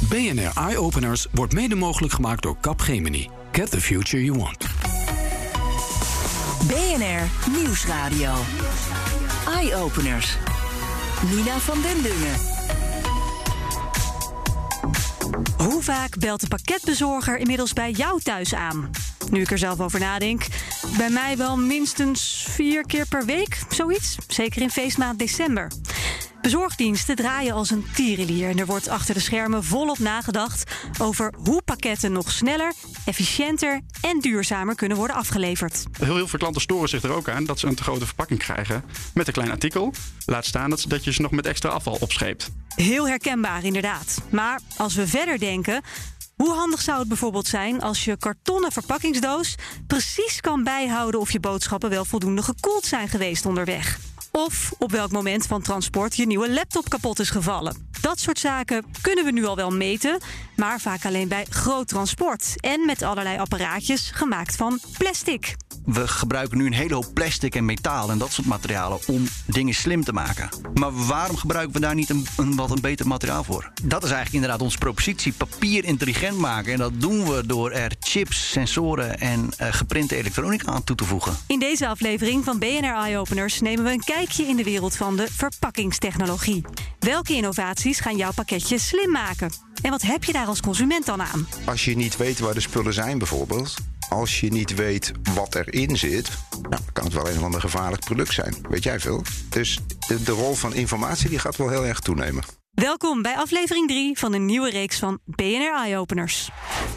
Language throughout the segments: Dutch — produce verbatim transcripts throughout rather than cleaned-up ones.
B N R Eye Openers wordt mede mogelijk gemaakt door Capgemini. Get the future you want. B N R Nieuwsradio. Eye Openers. Nina van den Dungen. Hoe vaak belt de pakketbezorger inmiddels bij jou thuis aan? Nu ik er zelf over nadenk, bij mij wel minstens vier keer per week, zoiets. Zeker in feestmaand december. Bezorgdiensten draaien als een tierenlier en er wordt achter de schermen volop nagedacht over hoe pakketten nog sneller, efficiënter en duurzamer kunnen worden afgeleverd. Heel, heel veel klanten storen zich er ook aan dat ze een te grote verpakking krijgen met een klein artikel. Laat staan dat, dat je ze nog met extra afval opscheept. Heel herkenbaar inderdaad. Maar als we verder denken, hoe handig zou het bijvoorbeeld zijn als je kartonnen verpakkingsdoos precies kan bijhouden of je boodschappen wel voldoende gekoeld zijn geweest onderweg? Of op welk moment van transport je nieuwe laptop kapot is gevallen. Dat soort zaken kunnen we nu al wel meten, maar vaak alleen bij groot transport. En met allerlei apparaatjes gemaakt van plastic. We gebruiken nu een hele hoop plastic en metaal en dat soort materialen om dingen slim te maken. Maar waarom gebruiken we daar niet een, een wat een beter materiaal voor? Dat is eigenlijk inderdaad onze propositie, papier intelligent maken. En dat doen we door er chips, sensoren en uh, geprinte elektronica aan toe te voegen. In deze aflevering van B N R Eye Openers nemen we een kijkje in de wereld van de verpakkingstechnologie. Welke innovaties gaan jouw pakketje slim maken? En wat heb je daar als consument dan aan? Als je niet weet waar de spullen zijn bijvoorbeeld, als je niet weet wat erin zit, nou, dan kan het wel een of ander gevaarlijk product zijn. Weet jij veel? Dus de, de rol van informatie die gaat wel heel erg toenemen. Welkom bij aflevering drie van een nieuwe reeks van B N R Eye Openers.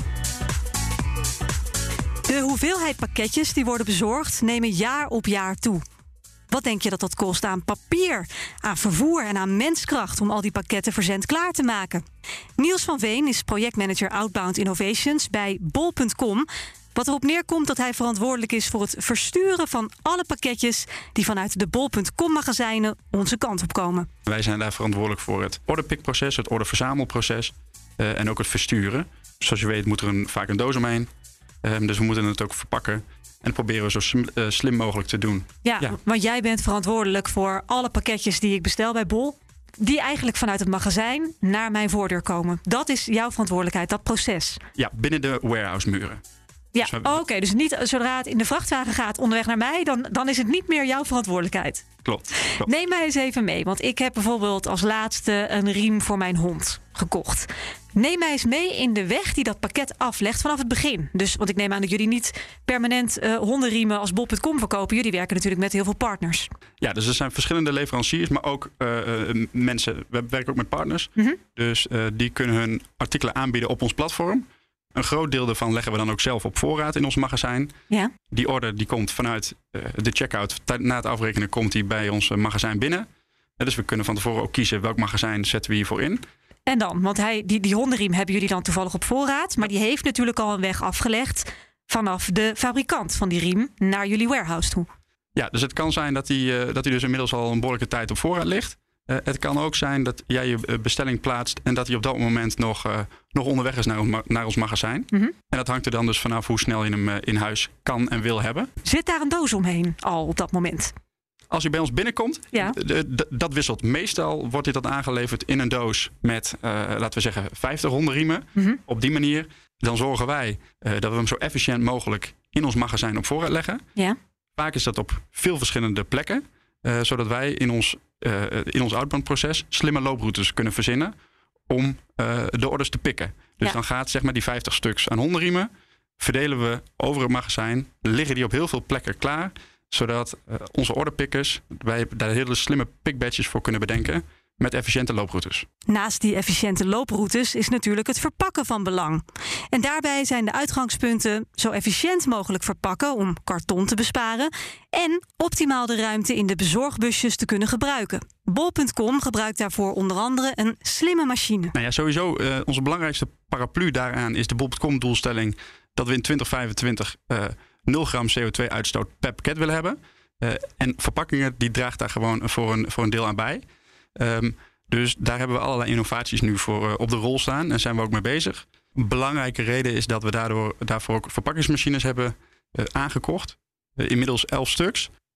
De hoeveelheid pakketjes die worden bezorgd nemen jaar op jaar toe. Wat denk je dat dat kost aan papier, aan vervoer en aan menskracht om al die pakketten verzend klaar te maken? Niels van Veen is projectmanager Outbound Innovations bij bol punt com. Wat erop neerkomt dat hij verantwoordelijk is voor het versturen van alle pakketjes die vanuit de bol punt com magazijnen onze kant op komen. Wij zijn daar verantwoordelijk voor het orderpickproces, het orderverzamelproces uh, en ook het versturen. Zoals je weet moet er een, vaak een doos omheen, uh, dus we moeten het ook verpakken. En dat proberen we zo slim, uh, slim mogelijk te doen. Ja, ja, want jij bent verantwoordelijk voor alle pakketjes die ik bestel bij Bol, die eigenlijk vanuit het magazijn naar mijn voordeur komen. Dat is jouw verantwoordelijkheid, dat proces. Ja, binnen de warehouse-muren. Ja, dus we... oké. Okay, dus niet zodra het in de vrachtwagen gaat onderweg naar mij, dan, dan is het niet meer jouw verantwoordelijkheid. Klopt, klopt. Neem mij eens even mee, want ik heb bijvoorbeeld als laatste een riem voor mijn hond gekocht. Neem mij eens mee in de weg die dat pakket aflegt vanaf het begin. Dus, want ik neem aan dat jullie niet permanent uh, hondenriemen als bol punt com verkopen. Jullie werken natuurlijk met heel veel partners. Ja, dus er zijn verschillende leveranciers, maar ook uh, uh, mensen. We werken ook met partners. Mm-hmm. Dus uh, die kunnen hun artikelen aanbieden op ons platform. Een groot deel daarvan leggen we dan ook zelf op voorraad in ons magazijn. Ja. Die order die komt vanuit uh, de checkout. Na het afrekenen komt die bij ons magazijn binnen. Uh, dus we kunnen van tevoren ook kiezen welk magazijn zetten we hiervoor in. En dan? Want hij, die, die hondenriem hebben jullie dan toevallig op voorraad. Maar die heeft natuurlijk al een weg afgelegd vanaf de fabrikant van die riem naar jullie warehouse toe. Ja, dus het kan zijn dat die, uh, dat die dus inmiddels al een behoorlijke tijd op voorraad ligt. Uh, het kan ook zijn dat jij je bestelling plaatst en dat die op dat moment nog, uh, nog onderweg is naar, naar ons magazijn. Mm-hmm. En dat hangt er dan dus vanaf hoe snel je hem uh, in huis kan en wil hebben. Zit daar een doos omheen al op dat moment? Als hij bij ons binnenkomt, ja. d- d- dat wisselt. Meestal wordt dit dan aangeleverd in een doos met, uh, laten we zeggen, vijftig hondenriemen. Mm-hmm. Op die manier, dan zorgen wij uh, dat we hem zo efficiënt mogelijk in ons magazijn op voorraad leggen. Ja. Vaak is dat op veel verschillende plekken. Uh, zodat wij in ons, uh, in ons outbound proces slimme looproutes kunnen verzinnen om uh, de orders te pikken. Dus ja. dan gaat zeg maar die vijftig stuks aan hondenriemen, verdelen we over het magazijn, liggen die op heel veel plekken klaar, zodat uh, onze orderpickers, wij daar hele slimme pickbadges voor kunnen bedenken met efficiënte looproutes. Naast die efficiënte looproutes is natuurlijk het verpakken van belang. En daarbij zijn de uitgangspunten zo efficiënt mogelijk verpakken om karton te besparen en optimaal de ruimte in de bezorgbusjes te kunnen gebruiken. bol punt com gebruikt daarvoor onder andere een slimme machine. Nou ja, sowieso uh, onze belangrijkste paraplu daaraan is de bol punt com doelstelling dat we in twintig vijfentwintig uh, nul gram C O twee uitstoot per pakket willen hebben. Uh, en verpakkingen die draagt daar gewoon voor een, voor een deel aan bij. Um, dus daar hebben we allerlei innovaties nu voor uh, op de rol staan en zijn we ook mee bezig. Een belangrijke reden is dat we daardoor, daarvoor ook verpakkingsmachines hebben uh, aangekocht. Uh, inmiddels elf stuks.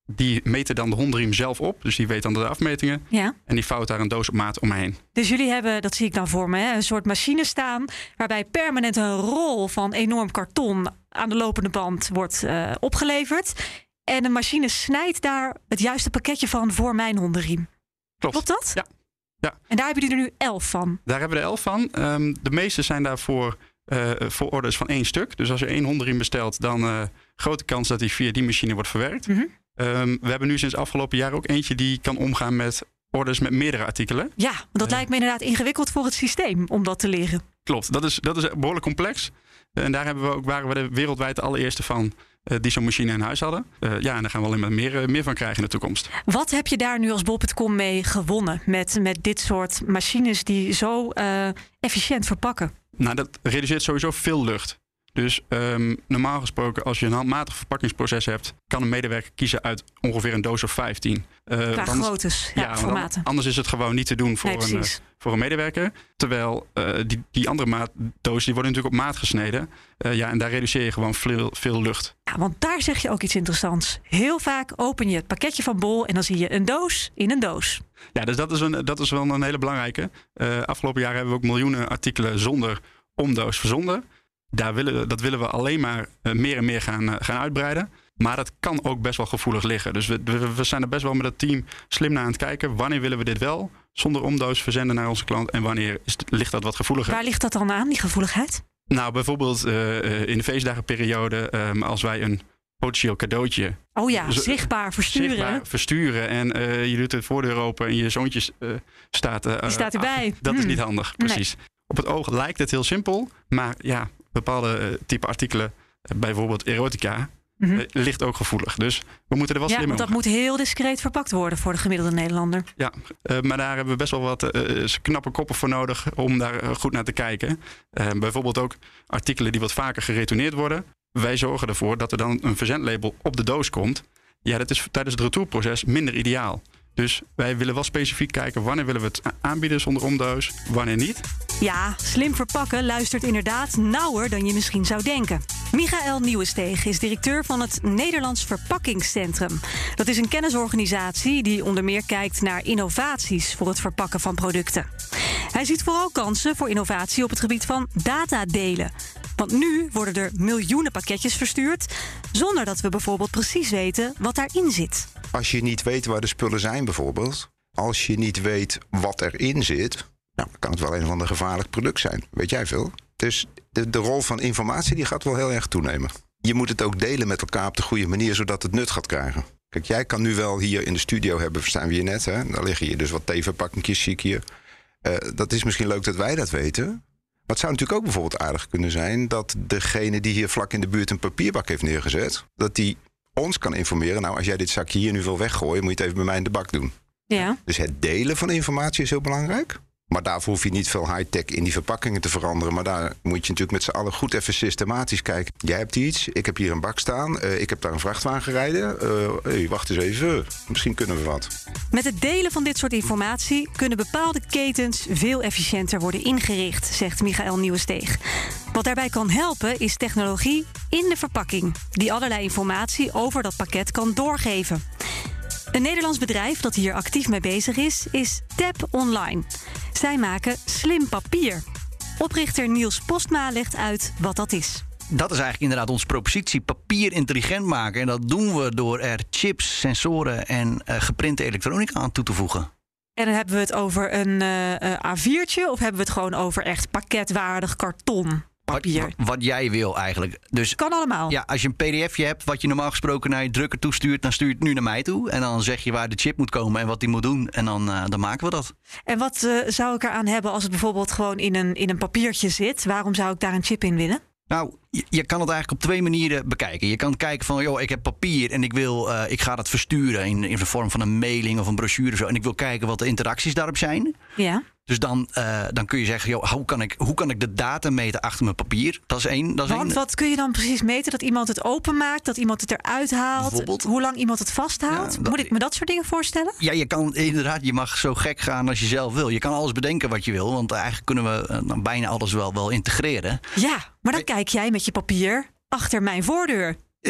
die meten dan de hondenriem zelf op. Dus die weet dan de afmetingen. Ja. En die vouwt daar een doos op maat omheen. Dus jullie hebben, dat zie ik dan voor me, hè, een soort machine staan waarbij permanent een rol van enorm karton aan de lopende band wordt uh, opgeleverd. En de machine snijdt daar het juiste pakketje van voor mijn hondenriem. Klopt. Klopt dat? Ja. ja. En daar hebben jullie er nu elf van? Daar hebben we er elf van. Um, de meeste zijn daarvoor uh, voor orders van één stuk. Dus als je één hondenriem bestelt, dan uh, grote kans dat die via die machine wordt verwerkt. Mm-hmm. Um, we hebben nu sinds afgelopen jaar ook eentje die kan omgaan met orders met meerdere artikelen. Ja, want dat uh, lijkt me inderdaad ingewikkeld voor het systeem om dat te leren. Klopt, dat is, dat is behoorlijk complex. Uh, en daar hebben we ook, waren we de wereldwijd de allereerste van uh, die zo'n machine in huis hadden. Uh, ja, en daar gaan we alleen maar meer, uh, meer van krijgen in de toekomst. Wat heb je daar nu als bol punt com mee gewonnen met, met dit soort machines die zo uh, efficiënt verpakken? Nou, dat reduceert sowieso veel lucht. Dus um, normaal gesproken, als je een handmatig verpakkingsproces hebt, kan een medewerker kiezen uit ongeveer een doos of vijftien. Uh, Qua groottes, ja, ja formaten. Anders is het gewoon niet te doen voor, nee, een, uh, voor een medewerker. Terwijl uh, die, die andere maatdoos, die worden natuurlijk op maat gesneden. Uh, ja, en daar reduceer je gewoon veel, veel lucht. Ja, want daar zeg je ook iets interessants. Heel vaak open je het pakketje van Bol en dan zie je een doos in een doos. Ja, dus dat is, een, dat is wel een hele belangrijke. Uh, afgelopen jaar hebben we ook miljoenen artikelen zonder omdoos verzonden. Daar willen, dat willen we alleen maar uh, meer en meer gaan, uh, gaan uitbreiden. Maar dat kan ook best wel gevoelig liggen. Dus we, we, we zijn er best wel met het team slim naar aan het kijken. Wanneer willen we dit wel zonder omdoos verzenden naar onze klant? En wanneer is, ligt dat wat gevoeliger? Waar ligt dat dan aan, die gevoeligheid? Nou, bijvoorbeeld uh, in de feestdagenperiode, um, als wij een potentieel cadeautje... Oh ja, zichtbaar versturen. Zichtbaar versturen. En uh, je doet de voordeur open en je zoontje uh, staat... Uh, die staat erbij. Af. Dat hmm. is niet handig, precies. Nee. Op het oog lijkt het heel simpel, maar ja... bepaalde uh, type artikelen, uh, bijvoorbeeld erotica, mm-hmm. uh, ligt ook gevoelig. Dus we moeten er wel ja, slim mee want dat moet heel discreet verpakt worden voor de gemiddelde Nederlander. Ja, uh, maar daar hebben we best wel wat uh, knappe koppen voor nodig om daar uh, goed naar te kijken. Uh, bijvoorbeeld ook artikelen die wat vaker geretourneerd worden. Wij zorgen ervoor dat er dan een verzendlabel op de doos komt. Ja, dat is tijdens het retourproces minder ideaal. Dus wij willen wel specifiek kijken wanneer willen we het aanbieden zonder omdoos, wanneer niet. Ja, slim verpakken luistert inderdaad nauwer dan je misschien zou denken. Michael Nieuwensteeg is directeur van het Nederlands Verpakkingscentrum. Dat is een kennisorganisatie die onder meer kijkt naar innovaties voor het verpakken van producten. Hij ziet vooral kansen voor innovatie op het gebied van datadelen. Want nu worden er miljoenen pakketjes verstuurd zonder dat we bijvoorbeeld precies weten wat daarin zit. Als je niet weet waar de spullen zijn bijvoorbeeld, als je niet weet wat erin zit, nou, dan kan het wel een of ander gevaarlijk product zijn. Weet jij veel? Dus de, de rol van informatie die gaat wel heel erg toenemen. Je moet het ook delen met elkaar op de goede manier, zodat het nut gaat krijgen. Kijk, jij kan nu wel hier in de studio hebben, verstaan we hier net, hè? Daar liggen hier dus wat theeverpakkingjes, zie ik hier. Uh, dat is misschien leuk dat wij dat weten. Maar het zou natuurlijk ook bijvoorbeeld aardig kunnen zijn dat degene die hier vlak in de buurt een papierbak heeft neergezet, dat die ons kan informeren. Nou, als jij dit zakje hier nu wil weggooien, moet je het even bij mij in de bak doen. Ja. Dus het delen van informatie is heel belangrijk. Maar daarvoor hoef je niet veel high-tech in die verpakkingen te veranderen. Maar daar moet je natuurlijk met z'n allen goed even systematisch kijken. Jij hebt iets, ik heb hier een bak staan. Uh, ik heb daar een vrachtwagen rijden. Uh, hey, wacht eens even, misschien kunnen we wat. Met het delen van dit soort informatie kunnen bepaalde ketens veel efficiënter worden ingericht, zegt Michael Nieuwensteeg. Wat daarbij kan helpen is technologie in de verpakking, die allerlei informatie over dat pakket kan doorgeven. Een Nederlands bedrijf dat hier actief mee bezig is, is Tap Online. Zij maken slim papier. Oprichter Niels Postma legt uit wat dat is. Dat is eigenlijk inderdaad onze propositie, papier intelligent maken. En dat doen we door er chips, sensoren en uh, geprinte elektronica aan toe te voegen. En dan hebben we het over een uh, A viertje of hebben we het gewoon over echt pakketwaardig karton? Papier. Wat, wat jij wil eigenlijk. Dus, kan allemaal. Ja, als je een pdfje hebt wat je normaal gesproken naar je drukker toestuurt, dan stuur je het nu naar mij toe. En dan zeg je waar de chip moet komen en wat die moet doen. En dan, uh, dan maken we dat. En wat uh, zou ik eraan hebben als het bijvoorbeeld gewoon in een, in een papiertje zit? Waarom zou ik daar een chip in willen? Nou, je, je kan het eigenlijk op twee manieren bekijken. Je kan kijken van, joh, ik heb papier en ik wil, uh, ik ga dat versturen in, in de vorm van een mailing of een brochure of zo. En ik wil kijken wat de interacties daarop zijn. Ja. Dus dan, uh, dan kun je zeggen, joh, hoe, kan ik, hoe kan ik de data meten achter mijn papier? Dat is één. Dat is Want één. wat kun je dan precies meten? Dat iemand het openmaakt, dat iemand het eruit haalt? Hoe lang iemand het vasthoudt? Ja, dat, Moet ik me dat soort dingen voorstellen? Ja, je kan inderdaad, je mag zo gek gaan als je zelf wil. Je kan alles bedenken wat je wil, want eigenlijk kunnen we uh, bijna alles wel, wel integreren. Ja, maar dan kijk jij met je papier achter mijn voordeur.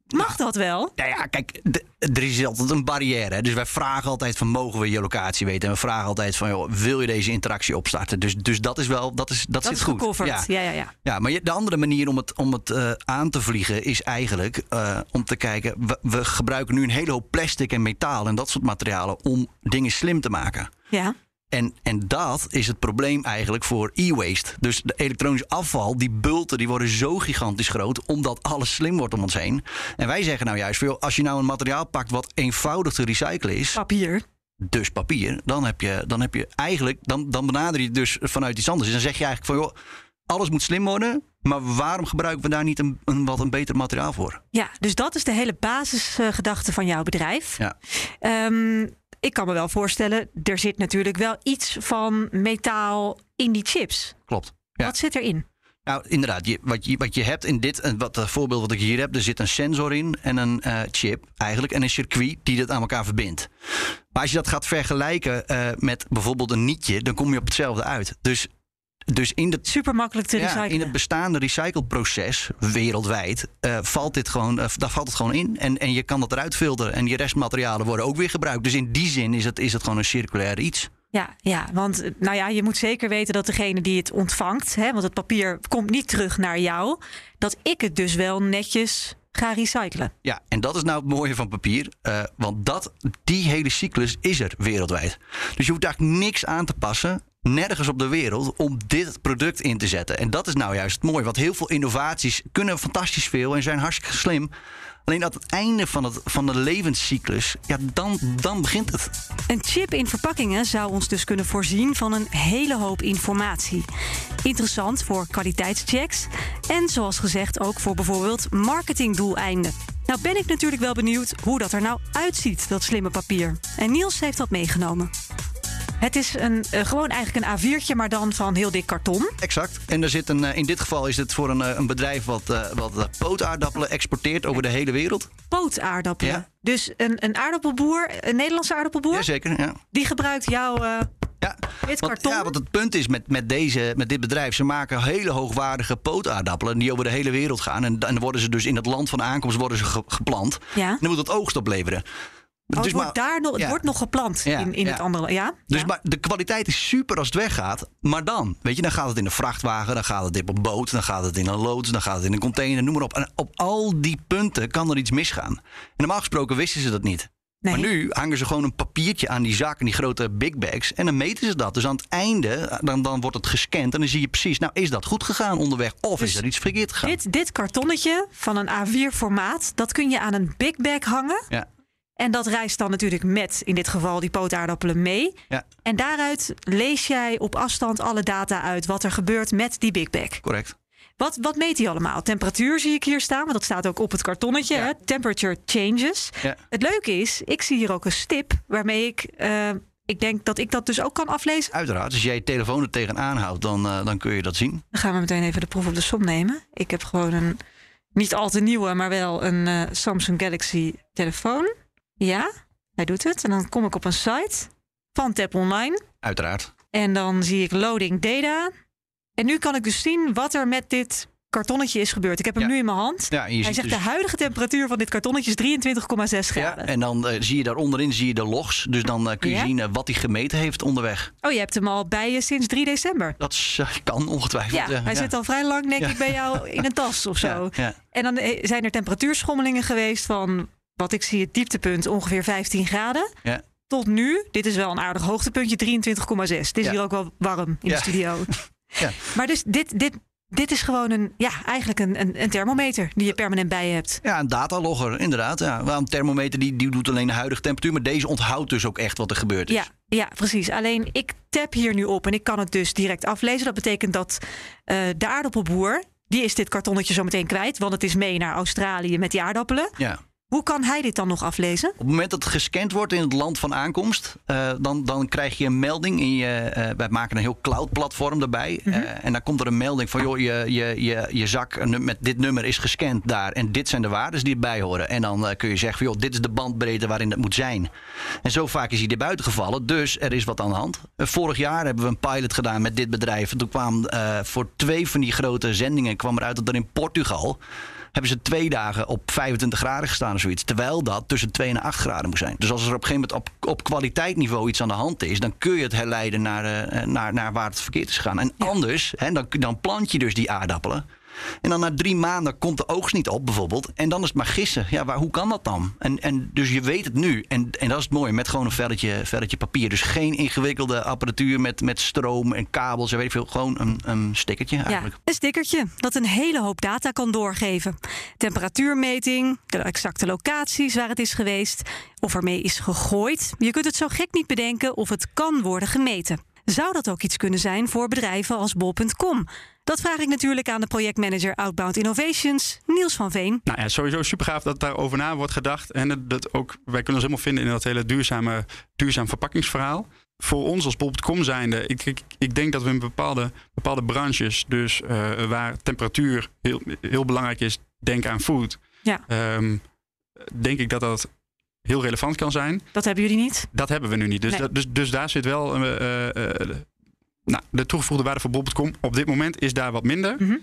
Mag dat wel? Nou ja, kijk, de, er is altijd een barrière. Hè? Dus wij vragen altijd van, mogen we je locatie weten? En we vragen altijd van, joh, wil je deze interactie opstarten? Dus, dus dat is wel, dat, is, dat, Dat zit is goed. gecoverd. Ja, ja, ja. Ja, maar je- de andere manier om het, om het uh, aan te vliegen is eigenlijk uh, om te kijken... We, we gebruiken nu een hele hoop plastic en metaal en dat soort materialen om dingen slim te maken. Ja. En, en dat is het probleem eigenlijk voor e-waste. Dus de elektronisch afval, die bulten, die worden zo gigantisch groot... omdat alles slim wordt om ons heen. En wij zeggen nou juist, joh, als je nou een materiaal pakt... wat eenvoudig te recyclen is, Papier. dus papier... dan heb je, dan heb je eigenlijk, dan, dan benader je het dus vanuit iets anders. En dan zeg je eigenlijk van, joh, alles moet slim worden... maar waarom gebruiken we daar niet een, een wat een beter materiaal voor? Ja, dus dat is de hele basisgedachte van jouw bedrijf. Ja. Um, ik kan me wel voorstellen, er zit natuurlijk wel iets van metaal in die chips. Klopt. Ja. Wat zit erin? Nou, inderdaad, je, wat, je, wat je hebt in dit, en wat het voorbeeld wat ik hier heb, er zit een sensor in en een uh, chip eigenlijk en een circuit die dat aan elkaar verbindt. Maar als je dat gaat vergelijken uh, met bijvoorbeeld een nietje, dan kom je op hetzelfde uit. Dus, dus in, de, Super makkelijk te ja, recyclen. in het bestaande recycleproces wereldwijd uh, valt dit gewoon, uh, daar valt het gewoon in en, en je kan dat eruit filteren en die restmaterialen worden ook weer gebruikt. Dus in die zin is het, is het gewoon een circulair iets. Ja, ja, want nou ja, je moet zeker weten dat degene die het ontvangt, hè, want het papier komt niet terug naar jou, dat ik het dus wel netjes ga recyclen. Ja, en dat is nou het mooie van papier. Uh, want dat, die hele cyclus is er wereldwijd. Dus je hoeft eigenlijk niks aan te passen, nergens op de wereld, om dit product in te zetten. En dat is nou juist het mooie. Want heel veel innovaties kunnen fantastisch veel en zijn hartstikke slim. Alleen aan het einde van, het, van de levenscyclus, ja, dan, dan begint het. Een chip in verpakkingen zou ons dus kunnen voorzien van een hele hoop informatie. Interessant voor kwaliteitschecks en zoals gezegd ook voor bijvoorbeeld marketingdoeleinden. Nou ben ik natuurlijk wel benieuwd hoe dat er nou uitziet, dat slimme papier. En Niels heeft dat meegenomen. Het is een, uh, gewoon eigenlijk een A viertje, maar dan van heel dik karton. Exact. En er zit een, uh, in dit geval is het voor een, uh, een bedrijf wat, uh, wat uh, pootaardappelen exporteert over de hele wereld. Pootaardappelen. Ja. Dus een, een aardappelboer, een Nederlandse aardappelboer, Jazeker, ja. die gebruikt jouw uh, Ja, wit want, karton. ja, want het punt is met, met, deze, met dit bedrijf, ze maken hele hoogwaardige pootaardappelen die over de hele wereld gaan. En, en dan worden ze dus in het land van aankomst worden ze ge, geplant. Ja. En dan moet het oogst opleveren. Oh, het Dus wordt, maar- daar nog, het ja. wordt nog geplant Ja, in, in ja. het andere. Ja? Dus ja. maar de kwaliteit is super als het weggaat. Maar dan, weet je, dan gaat het in een vrachtwagen, dan gaat het op een boot, dan gaat het in een loods, dan gaat het in een container, noem maar op. En op al die punten kan er iets misgaan. En normaal gesproken wisten ze dat niet. Nee. Maar nu hangen ze gewoon een papiertje aan die zak en die grote big bags. En dan meten ze dat. Dus aan het einde, dan, dan wordt het gescand. En dan zie je precies, nou is dat goed gegaan onderweg? Of Dus is er iets verkeerd gegaan? Dit, dit kartonnetje van een A vier formaat, dat kun je aan een big bag hangen. Ja, En dat reist dan natuurlijk met, in dit geval, die pootaardappelen mee. ja, En daaruit lees jij op afstand alle data uit wat er gebeurt met die big bag. correct. Wat, wat meet hij allemaal? Temperatuur zie ik hier staan, want dat staat ook op het kartonnetje. Ja. Hè? Temperature changes. Ja. Het leuke is, ik zie hier ook een stip waarmee ik... Uh, ik denk dat ik dat dus ook kan aflezen. Uiteraard, als jij je telefoon er tegenaan houdt, dan, uh, dan kun je dat zien. Dan gaan we meteen even de proef op de som nemen. Ik heb gewoon een niet al te nieuwe, maar wel een uh, Samsung Galaxy telefoon. Ja, hij doet het. En dan kom ik op een site van Tap Online. Uiteraard. En dan zie ik loading data. En nu kan ik dus zien wat er met dit kartonnetje is gebeurd. Ik heb hem Ja. nu in mijn hand. Ja, en je Hij ziet zegt dus- de huidige temperatuur van dit kartonnetje is drieëntwintig komma zes Ja, graden. en dan uh, zie je daar onderin zie je de logs. Dus dan uh, kun je Ja? zien uh, wat hij gemeten heeft onderweg. Oh, je hebt hem al bij je sinds drie december. Dat is, uh, kan ongetwijfeld. Ja, uh, hij ja. zit al vrij lang, denk Ja. ik, bij jou in een tas of zo. Ja, ja. En dan eh, zijn er temperatuurschommelingen geweest van, wat ik zie, het dieptepunt ongeveer vijftien graden. Ja. Tot nu, dit is wel een aardig hoogtepuntje, drieëntwintig komma zes. Het is Ja. hier ook wel warm in Ja. de studio. Ja. Maar dus dit, dit, dit is gewoon een, ja, eigenlijk een, een, een thermometer die je permanent bij je hebt. Ja, een datalogger, inderdaad. Ja. Een thermometer die, die doet alleen de huidige temperatuur. Maar deze onthoudt dus ook echt wat er gebeurd is. Ja, ja, precies. Alleen ik tap hier nu op en ik kan het dus direct aflezen. Dat betekent dat uh, de aardappelboer, die is dit kartonnetje zo meteen kwijt. Want het is mee naar Australië met die aardappelen. Ja. Hoe kan hij dit dan nog aflezen? Op het moment dat het gescand wordt in het land van aankomst, uh, dan, dan krijg je een melding. In je, uh, wij maken een heel cloud-platform erbij. Mm-hmm. Uh, en dan komt er een melding van, joh, je, je, je, je zak met dit nummer is gescand daar. En dit zijn de waarden die erbij horen. En dan uh, kun je zeggen, van, joh, dit is de bandbreedte waarin het moet zijn. En zo vaak is hij er buiten gevallen. Dus er is wat aan de hand. Uh, vorig jaar hebben we een pilot gedaan met dit bedrijf. En toen kwam uh, voor twee van die grote zendingen kwam eruit dat er in Portugal hebben ze twee dagen op vijfentwintig graden gestaan of zoiets. Terwijl dat tussen twee en acht graden moet zijn. Dus als er op een gegeven moment op, op kwaliteitsniveau iets aan de hand is, dan kun je het herleiden naar, uh, naar, naar waar het verkeerd is gegaan. En ja. anders, hè, dan, dan plant je dus die aardappelen. En dan na drie maanden komt de oogst niet op, bijvoorbeeld. En dan is het maar gissen. Ja, waar, hoe kan dat dan? En, en dus je weet het nu. En, en dat is het mooie, met gewoon een velletje, velletje papier. Dus geen ingewikkelde apparatuur met, met stroom en kabels en weet ik veel. Gewoon een, een stickertje eigenlijk. Ja, een stickertje dat een hele hoop data kan doorgeven. Temperatuurmeting, de exacte locaties waar het is geweest, of ermee is gegooid. Je kunt het zo gek niet bedenken of het kan worden gemeten. Zou dat ook iets kunnen zijn voor bedrijven als bol punt com? Dat vraag ik natuurlijk aan de projectmanager Outbound Innovations, Niels van Veen. Nou ja, sowieso super gaaf dat daarover na wordt gedacht. En dat ook, wij kunnen ons helemaal vinden in dat hele duurzame, duurzaam verpakkingsverhaal. Voor ons als bol punt com zijnde, ik, ik, ik denk dat we in bepaalde, bepaalde branches, dus uh, waar temperatuur heel, heel belangrijk is, denk aan food. Ja. Um, denk ik dat dat heel relevant kan zijn. Dat hebben jullie niet? Dat hebben we nu niet. Dus, nee. dat, dus, dus daar zit wel Uh, uh, nou, de toegevoegde waarde van bol punt com op dit moment is daar wat minder. Mm-hmm.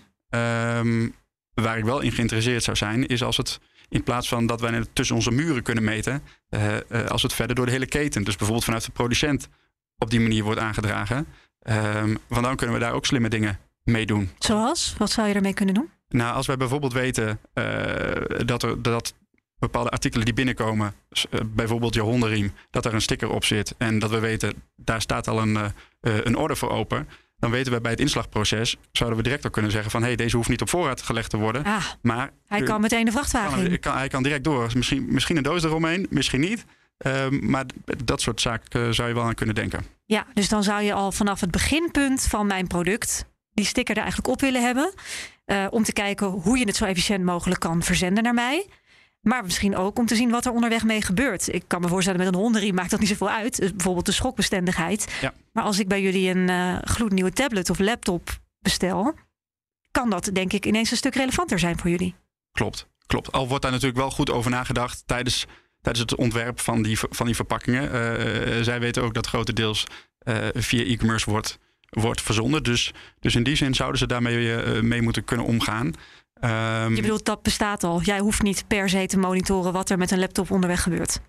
Um, waar ik wel in geïnteresseerd zou zijn, is als het in plaats van dat wij het tussen onze muren kunnen meten, uh, uh, als het verder door de hele keten, dus bijvoorbeeld vanuit de producent, op die manier wordt aangedragen. Um, want dan kunnen we daar ook slimme dingen mee doen. Zoals? Wat zou je ermee kunnen doen? Nou, als wij bijvoorbeeld weten uh, dat er dat bepaalde artikelen die binnenkomen, uh, bijvoorbeeld je hondenriem, dat er een sticker op zit en dat we weten, daar staat al een, uh, een order voor open, dan weten we bij het inslagproces, zouden we direct ook kunnen zeggen van, hé, hey, deze hoeft niet op voorraad gelegd te worden. Ah, maar hij kan meteen de vrachtwagen kan, in. Kan, hij kan direct door. Misschien, misschien een doos eromheen, misschien niet. Uh, maar dat soort zaken uh, zou je wel aan kunnen denken. Ja, dus dan zou je al vanaf het beginpunt van mijn product die sticker er eigenlijk op willen hebben, uh, om te kijken hoe je het zo efficiënt mogelijk kan verzenden naar mij. Maar misschien ook om te zien wat er onderweg mee gebeurt. Ik kan me voorstellen, met een hondenriem maakt dat niet zoveel uit. Bijvoorbeeld de schokbestendigheid. Ja. Maar als ik bij jullie een uh, gloednieuwe tablet of laptop bestel, kan dat denk ik ineens een stuk relevanter zijn voor jullie. Klopt, klopt. Al wordt daar natuurlijk wel goed over nagedacht tijdens, tijdens het ontwerp van die, van die verpakkingen. Uh, zij weten ook dat grotendeels uh, via e-commerce wordt, wordt verzonden. Dus, dus in die zin zouden ze daarmee uh, mee moeten kunnen omgaan. Um, je bedoelt, dat bestaat al. Jij hoeft niet per se te monitoren wat er met een laptop onderweg gebeurt.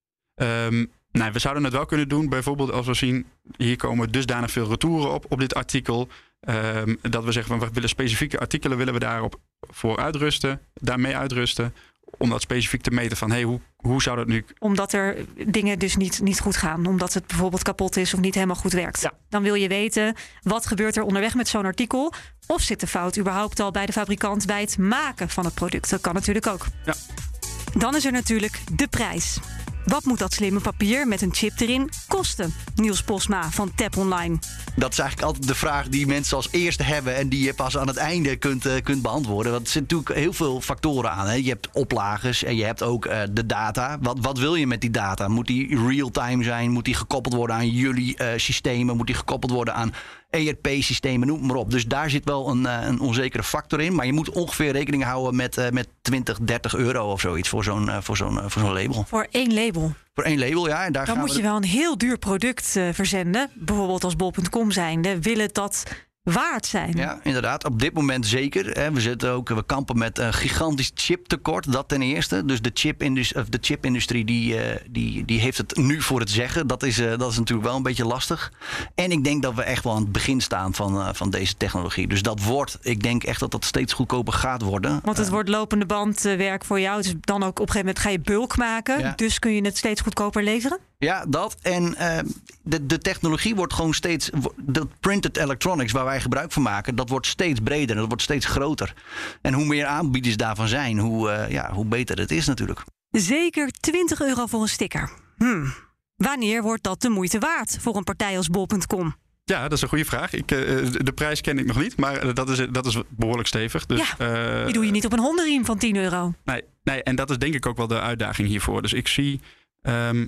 Um, nou, we zouden het wel kunnen doen. Bijvoorbeeld als we zien, hier komen dusdanig veel retouren op, op dit artikel. Um, dat we zeggen, van, we willen specifieke artikelen willen we daarop voor uitrusten. Daarmee uitrusten. Om dat specifiek te meten van, hey, hoe, hoe zou dat nu... Omdat er dingen dus niet, niet goed gaan. Omdat het bijvoorbeeld kapot is of niet helemaal goed werkt. Ja. Dan wil je weten, wat gebeurt er onderweg met zo'n artikel? Of zit de fout überhaupt al bij de fabrikant bij het maken van het product? Dat kan natuurlijk ook. Ja. Dan is er natuurlijk de prijs. Wat moet dat slimme papier met een chip erin kosten? Niels Posma van Tap Online. Dat is eigenlijk altijd de vraag die mensen als eerste hebben en die je pas aan het einde kunt, uh, kunt beantwoorden. Want er zitten natuurlijk heel veel factoren aan. Hè. Je hebt oplagers en je hebt ook uh, de data. Wat, wat wil je met die data? Moet die real-time zijn? Moet die gekoppeld worden aan jullie uh, systemen? Moet die gekoppeld worden aan E R P-systemen? Noem maar op. Dus daar zit wel een, uh, een onzekere factor in. Maar je moet ongeveer rekening houden met, uh, met twintig, dertig euro of zoiets voor zo'n, uh, voor zo'n, uh, voor zo'n label. Voor één label? Voor één label, ja. En daar Dan gaan moet we je wel een heel duur product uh, verzenden. Bijvoorbeeld als bol punt com zijnde. Wil het dat waard zijn? Ja, inderdaad. Op dit moment zeker. Hè. We, zitten ook, we kampen met een gigantisch chiptekort. Dat ten eerste. Dus de chipindustrie, of de chipindustrie die, uh, die, die heeft het nu voor het zeggen. Dat is, uh, dat is natuurlijk wel een beetje lastig. En ik denk dat we echt wel aan het begin staan van, uh, van deze technologie. Dus dat wordt, ik denk echt dat dat steeds goedkoper gaat worden. Want het uh, wordt lopende band uh, werk voor jou. Dus dan ook op een gegeven moment ga je bulk maken. Ja. Dus kun je het steeds goedkoper leveren? Ja, dat. En uh, de, de technologie wordt gewoon steeds... De printed electronics waar wij gebruik van maken, dat wordt steeds breder en dat wordt steeds groter. En hoe meer aanbieders daarvan zijn, hoe, uh, ja, hoe beter het is natuurlijk. Zeker twintig euro voor een sticker. Hmm. Wanneer wordt dat de moeite waard voor een partij als bol punt com? Ja, dat is een goede vraag. Ik, uh, de prijs ken ik nog niet, maar dat is, dat is behoorlijk stevig. Dus, ja, uh, die doe je niet op een hondenriem van tien euro. Nee, nee, en dat is denk ik ook wel de uitdaging hiervoor. Dus ik zie um,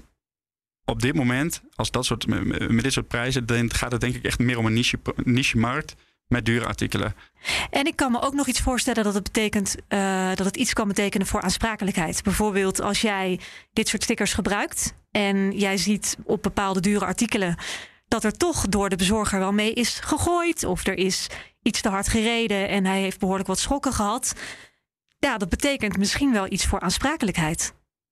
op dit moment, als dat soort, met dit soort prijzen, dan gaat het denk ik echt meer om een niche, niche markt met dure artikelen. En ik kan me ook nog iets voorstellen dat het betekent uh, dat het iets kan betekenen voor aansprakelijkheid. Bijvoorbeeld als jij dit soort stickers gebruikt en jij ziet op bepaalde dure artikelen dat er toch door de bezorger wel mee is gegooid of er is iets te hard gereden en hij heeft behoorlijk wat schokken gehad. ja, dat betekent misschien wel iets voor aansprakelijkheid.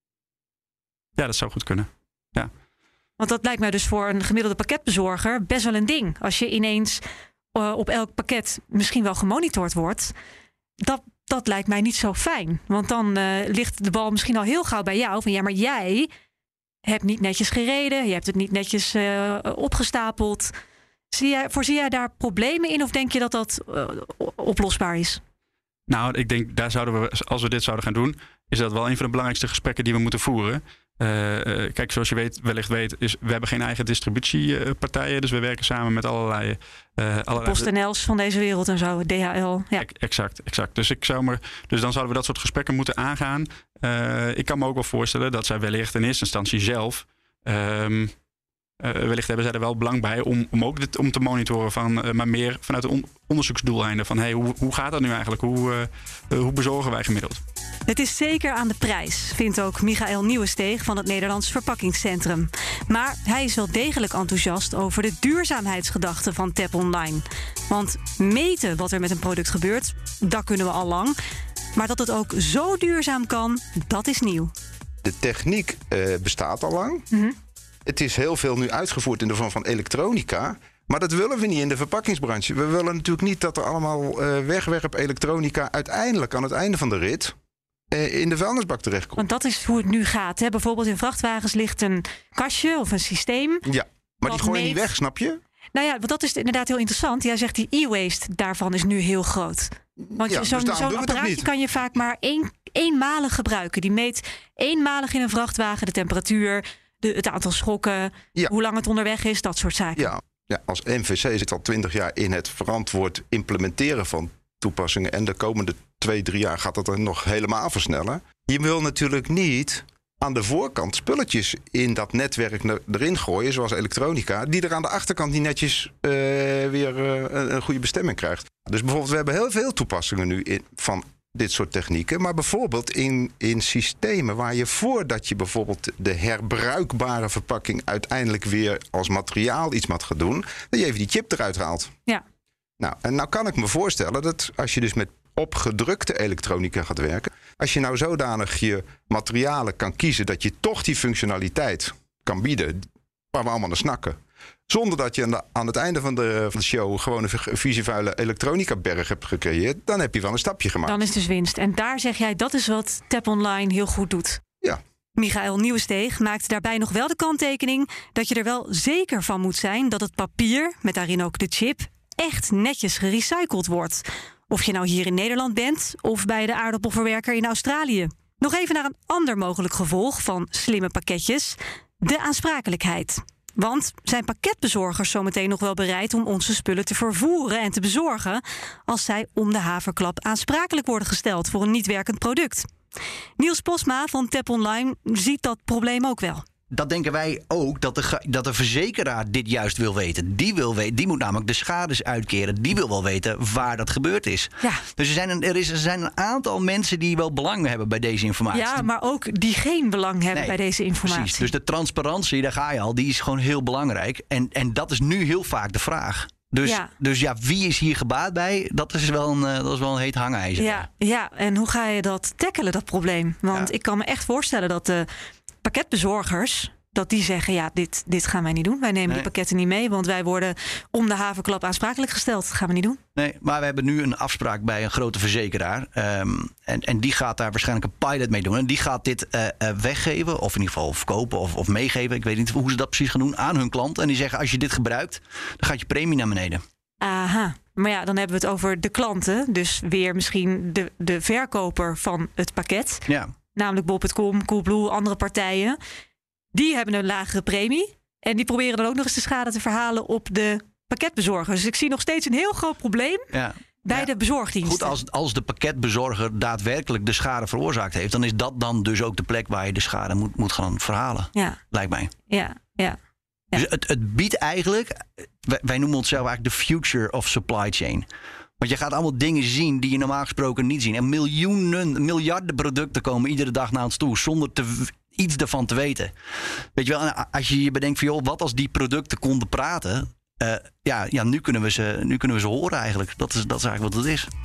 Ja, dat zou goed kunnen. Ja. Want dat lijkt mij dus voor een gemiddelde pakketbezorger best wel een ding. Als je ineens uh, op elk pakket misschien wel gemonitord wordt. Dat, dat lijkt mij niet zo fijn. Want dan uh, ligt de bal misschien al heel gauw bij jou. Van ja, maar jij hebt niet netjes gereden. Je hebt het niet netjes uh, opgestapeld. Zie jij, voorzie jij daar problemen in? Of denk je dat dat uh, oplosbaar is? Nou, ik denk, daar zouden we, als we dit zouden gaan doen, is dat wel een van de belangrijkste gesprekken die we moeten voeren. Uh, kijk, zoals je weet, wellicht weet, is we hebben geen eigen distributiepartijen. Dus we werken samen met allerlei... Uh, allerlei PostNL's van deze wereld en zo, D H L. Ja. Exact, exact. Dus, ik zou me, dus dan zouden we dat soort gesprekken moeten aangaan. Uh, ik kan me ook wel voorstellen dat zij wellicht in eerste instantie zelf... Um, Uh, wellicht hebben zij er wel belang bij om, om ook dit, om te monitoren, van, uh, maar meer vanuit de on- onderzoeksdoeleinden. Van hey, hoe, hoe gaat dat nu eigenlijk? Hoe, uh, uh, hoe bezorgen wij gemiddeld? Het is zeker aan de prijs, vindt ook Michael Nieuwensteeg van het Nederlands Verpakkingscentrum. Maar hij is wel degelijk enthousiast over de duurzaamheidsgedachte van Tap Online. Want meten wat er met een product gebeurt, dat kunnen we al lang. Maar dat het ook zo duurzaam kan, dat is nieuw. De techniek uh, bestaat al lang. Mm-hmm. Het is heel veel nu uitgevoerd in de vorm van elektronica. Maar dat willen we niet in de verpakkingsbranche. We willen natuurlijk niet dat er allemaal uh, wegwerp elektronica uiteindelijk aan het einde van de rit uh, in de vuilnisbak terechtkomt. Want dat is hoe het nu gaat. Hè? Bijvoorbeeld in vrachtwagens ligt een kastje of een systeem. Ja, maar die gooi je niet weg, snap je? Nou ja, want dat is inderdaad heel interessant. Jij zegt die e-waste daarvan is nu heel groot. Want ja, zo'n, dus zo'n apparaatje kan je vaak maar één, eenmalig gebruiken. Die meet eenmalig in een vrachtwagen de temperatuur, de, het aantal schokken, ja. hoe lang het onderweg is, dat soort zaken. Ja, ja, als N V C zit al twintig jaar in het verantwoord implementeren van toepassingen. En de komende twee, drie jaar gaat dat er nog helemaal versnellen. Je wil natuurlijk niet aan de voorkant spulletjes in dat netwerk erin gooien, zoals elektronica, die er aan de achterkant niet netjes uh, weer uh, een, een goede bestemming krijgt. Dus bijvoorbeeld, we hebben heel veel toepassingen nu in, van dit soort technieken. Maar bijvoorbeeld in, in systemen waar je voordat je bijvoorbeeld de herbruikbare verpakking uiteindelijk weer als materiaal iets moet gaan doen, dat je even die chip eruit haalt. Ja. Nou, en nou kan ik me voorstellen dat als je dus met opgedrukte elektronica gaat werken, als je nou zodanig je materialen kan kiezen dat je toch die functionaliteit kan bieden waar we allemaal naar snakken, zonder dat je aan het einde van de, van de show gewoon een visievuile elektronica-berg hebt gecreëerd, dan heb je wel een stapje gemaakt. Dan is dus winst. En daar zeg jij, dat is wat Tap Online heel goed doet. Ja. Michael Nieuwensteeg maakt daarbij nog wel de kanttekening dat je er wel zeker van moet zijn dat het papier, met daarin ook de chip, echt netjes gerecycled wordt. Of je nou hier in Nederland bent of bij de aardappelverwerker in Australië. Nog even naar een ander mogelijk gevolg van slimme pakketjes: de aansprakelijkheid. Want zijn pakketbezorgers zometeen nog wel bereid om onze spullen te vervoeren en te bezorgen als zij om de haverklap aansprakelijk worden gesteld voor een niet werkend product? Niels Posma van Tap Online ziet dat probleem ook wel. Dat denken wij ook, dat de, dat de verzekeraar dit juist wil weten. Die, wil weten. Die moet namelijk de schades uitkeren. Die wil wel weten waar dat gebeurd is. Ja. Dus er zijn, een, er, is, er zijn een aantal mensen die wel belang hebben bij deze informatie. Ja, maar ook die geen belang hebben nee, bij deze informatie. Precies. Dus de transparantie, daar ga je al, die is gewoon heel belangrijk. En, en dat is nu heel vaak de vraag. Dus ja. dus ja, wie is hier gebaat bij? Dat is wel een, dat is wel een heet hangijzer. Ja, ja, en hoe ga je dat tackelen, dat probleem? Want ja. ik kan me echt voorstellen dat de pakketbezorgers, dat die zeggen, ja, dit, dit gaan wij niet doen. Wij nemen nee. die pakketten niet mee, want wij worden om de haverklap aansprakelijk gesteld. Dat gaan we niet doen. Nee, maar we hebben nu een afspraak bij een grote verzekeraar. Um, en, en die gaat daar waarschijnlijk een pilot mee doen. En die gaat dit uh, uh, weggeven, of in ieder geval verkopen of, of meegeven. Ik weet niet hoe ze dat precies gaan doen, aan hun klant. En die zeggen, als je dit gebruikt, dan gaat je premie naar beneden. Aha, maar ja, dan hebben we het over de klanten. Dus weer misschien de, de verkoper van het pakket. Ja. Namelijk bol punt com, Coolblue, andere partijen. Die hebben een lagere premie. En die proberen dan ook nog eens de schade te verhalen op de pakketbezorgers. Dus ik zie nog steeds een heel groot probleem ja. bij ja. de bezorgdiensten. Goed, als, als de pakketbezorger daadwerkelijk de schade veroorzaakt heeft, dan is dat dan dus ook de plek waar je de schade moet, moet gaan verhalen. Ja. Lijkt mij. Ja, ja. ja. Dus het, het biedt eigenlijk, wij, wij noemen onszelf eigenlijk de future of supply chain. Want je gaat allemaal dingen zien die je normaal gesproken niet ziet. En miljoenen, miljarden producten komen iedere dag naar ons toe zonder te, iets ervan te weten. Weet je wel, als je je bedenkt van, joh, wat als die producten konden praten? Uh, ja, ja nu, kunnen we ze, nu kunnen we ze horen eigenlijk. Dat is, dat is eigenlijk wat het is.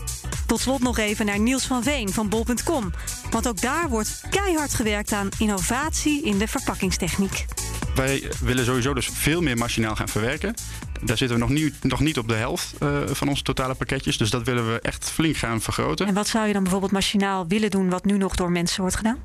Tot slot nog even naar Niels van Veen van bol punt com. Want ook daar wordt keihard gewerkt aan innovatie in de verpakkingstechniek. Wij willen sowieso dus veel meer machinaal gaan verwerken. Daar zitten we nog niet, nog niet op de helft uh, van onze totale pakketjes. Dus dat willen we echt flink gaan vergroten. En wat zou je dan bijvoorbeeld machinaal willen doen wat nu nog door mensen wordt gedaan?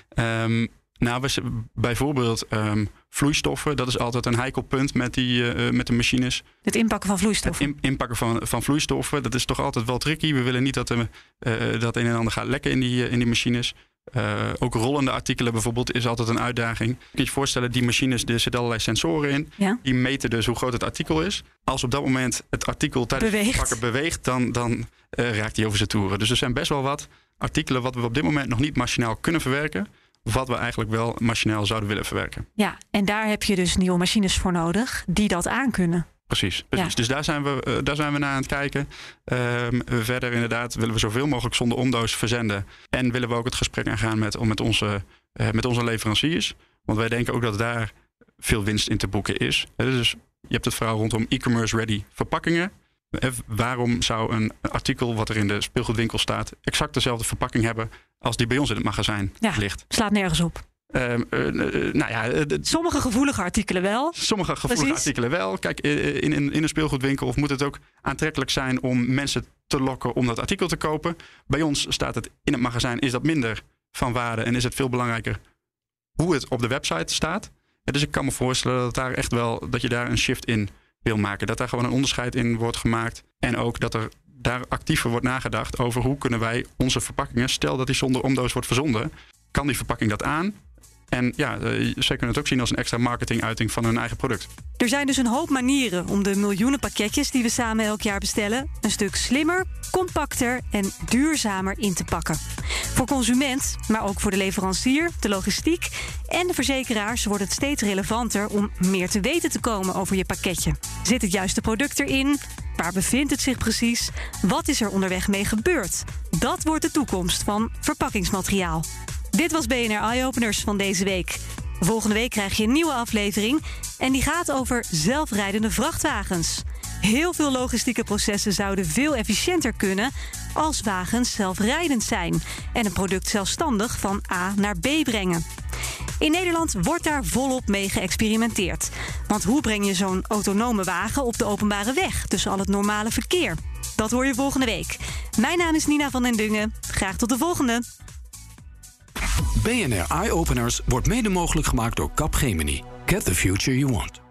Um, nou, we, bijvoorbeeld um, vloeistoffen. Dat is altijd een heikel punt met, die, uh, met de machines. Het inpakken van vloeistoffen? Het in, inpakken van, van vloeistoffen. Dat is toch altijd wel tricky. We willen niet dat er, uh, dat een en ander gaat lekken in die, uh, in die machines. Uh, ook rollende artikelen bijvoorbeeld is altijd een uitdaging. Je kunt je voorstellen, die machines, er zitten allerlei sensoren in. Ja. Die meten dus hoe groot het artikel is. Als op dat moment het artikel tijdens beweegt. het pakken beweegt, dan, dan uh, raakt hij over zijn toeren. Dus er zijn best wel wat artikelen wat we op dit moment nog niet machinaal kunnen verwerken. Wat we eigenlijk wel machinaal zouden willen verwerken. Ja, en daar heb je dus nieuwe machines voor nodig die dat aankunnen. Precies, precies. Ja. Dus daar zijn, we, uh, daar zijn we naar aan het kijken. Um, verder inderdaad willen we zoveel mogelijk zonder omdoos verzenden. En willen we ook het gesprek aangaan met, met, onze, uh, met onze leveranciers. Want wij denken ook dat daar veel winst in te boeken is. Uh, dus je hebt het verhaal rondom e-commerce ready verpakkingen. Uh, waarom zou een artikel wat er in de speelgoedwinkel staat exact dezelfde verpakking hebben als die bij ons in het magazijn ja, ligt? Slaat nergens op. Uh, uh, uh, nou ja, uh, sommige gevoelige artikelen wel. Sommige gevoelige Precies. artikelen wel. Kijk, in, in, in een speelgoedwinkel of moet het ook aantrekkelijk zijn om mensen te lokken om dat artikel te kopen. Bij ons staat het in het magazijn, is dat minder van waarde en is het veel belangrijker hoe het op de website staat. Ja, dus ik kan me voorstellen dat, daar echt wel, dat je daar een shift in wil maken. Dat daar gewoon een onderscheid in wordt gemaakt. En ook dat er daar actiever wordt nagedacht over hoe kunnen wij onze verpakkingen, stel dat die zonder omdoos wordt verzonden, kan die verpakking dat aan? En ja, zij kunnen het ook zien als een extra marketinguiting van hun eigen product. Er zijn dus een hoop manieren om de miljoenen pakketjes die we samen elk jaar bestellen een stuk slimmer, compacter en duurzamer in te pakken. Voor consument, maar ook voor de leverancier, de logistiek en de verzekeraars wordt het steeds relevanter om meer te weten te komen over je pakketje. Zit het juiste product erin? Waar bevindt het zich precies? Wat is er onderweg mee gebeurd? Dat wordt de toekomst van verpakkingsmateriaal. Dit was B N R Eye Openers van deze week. Volgende week krijg je een nieuwe aflevering en die gaat over zelfrijdende vrachtwagens. Heel veel logistieke processen zouden veel efficiënter kunnen als wagens zelfrijdend zijn en een product zelfstandig van A naar B brengen. In Nederland wordt daar volop mee geëxperimenteerd. Want hoe breng je zo'n autonome wagen op de openbare weg tussen al het normale verkeer? Dat hoor je volgende week. Mijn naam is Nina van den Dungen. Graag tot de volgende. B N R Eye Openers wordt mede mogelijk gemaakt door Capgemini. Get the future you want.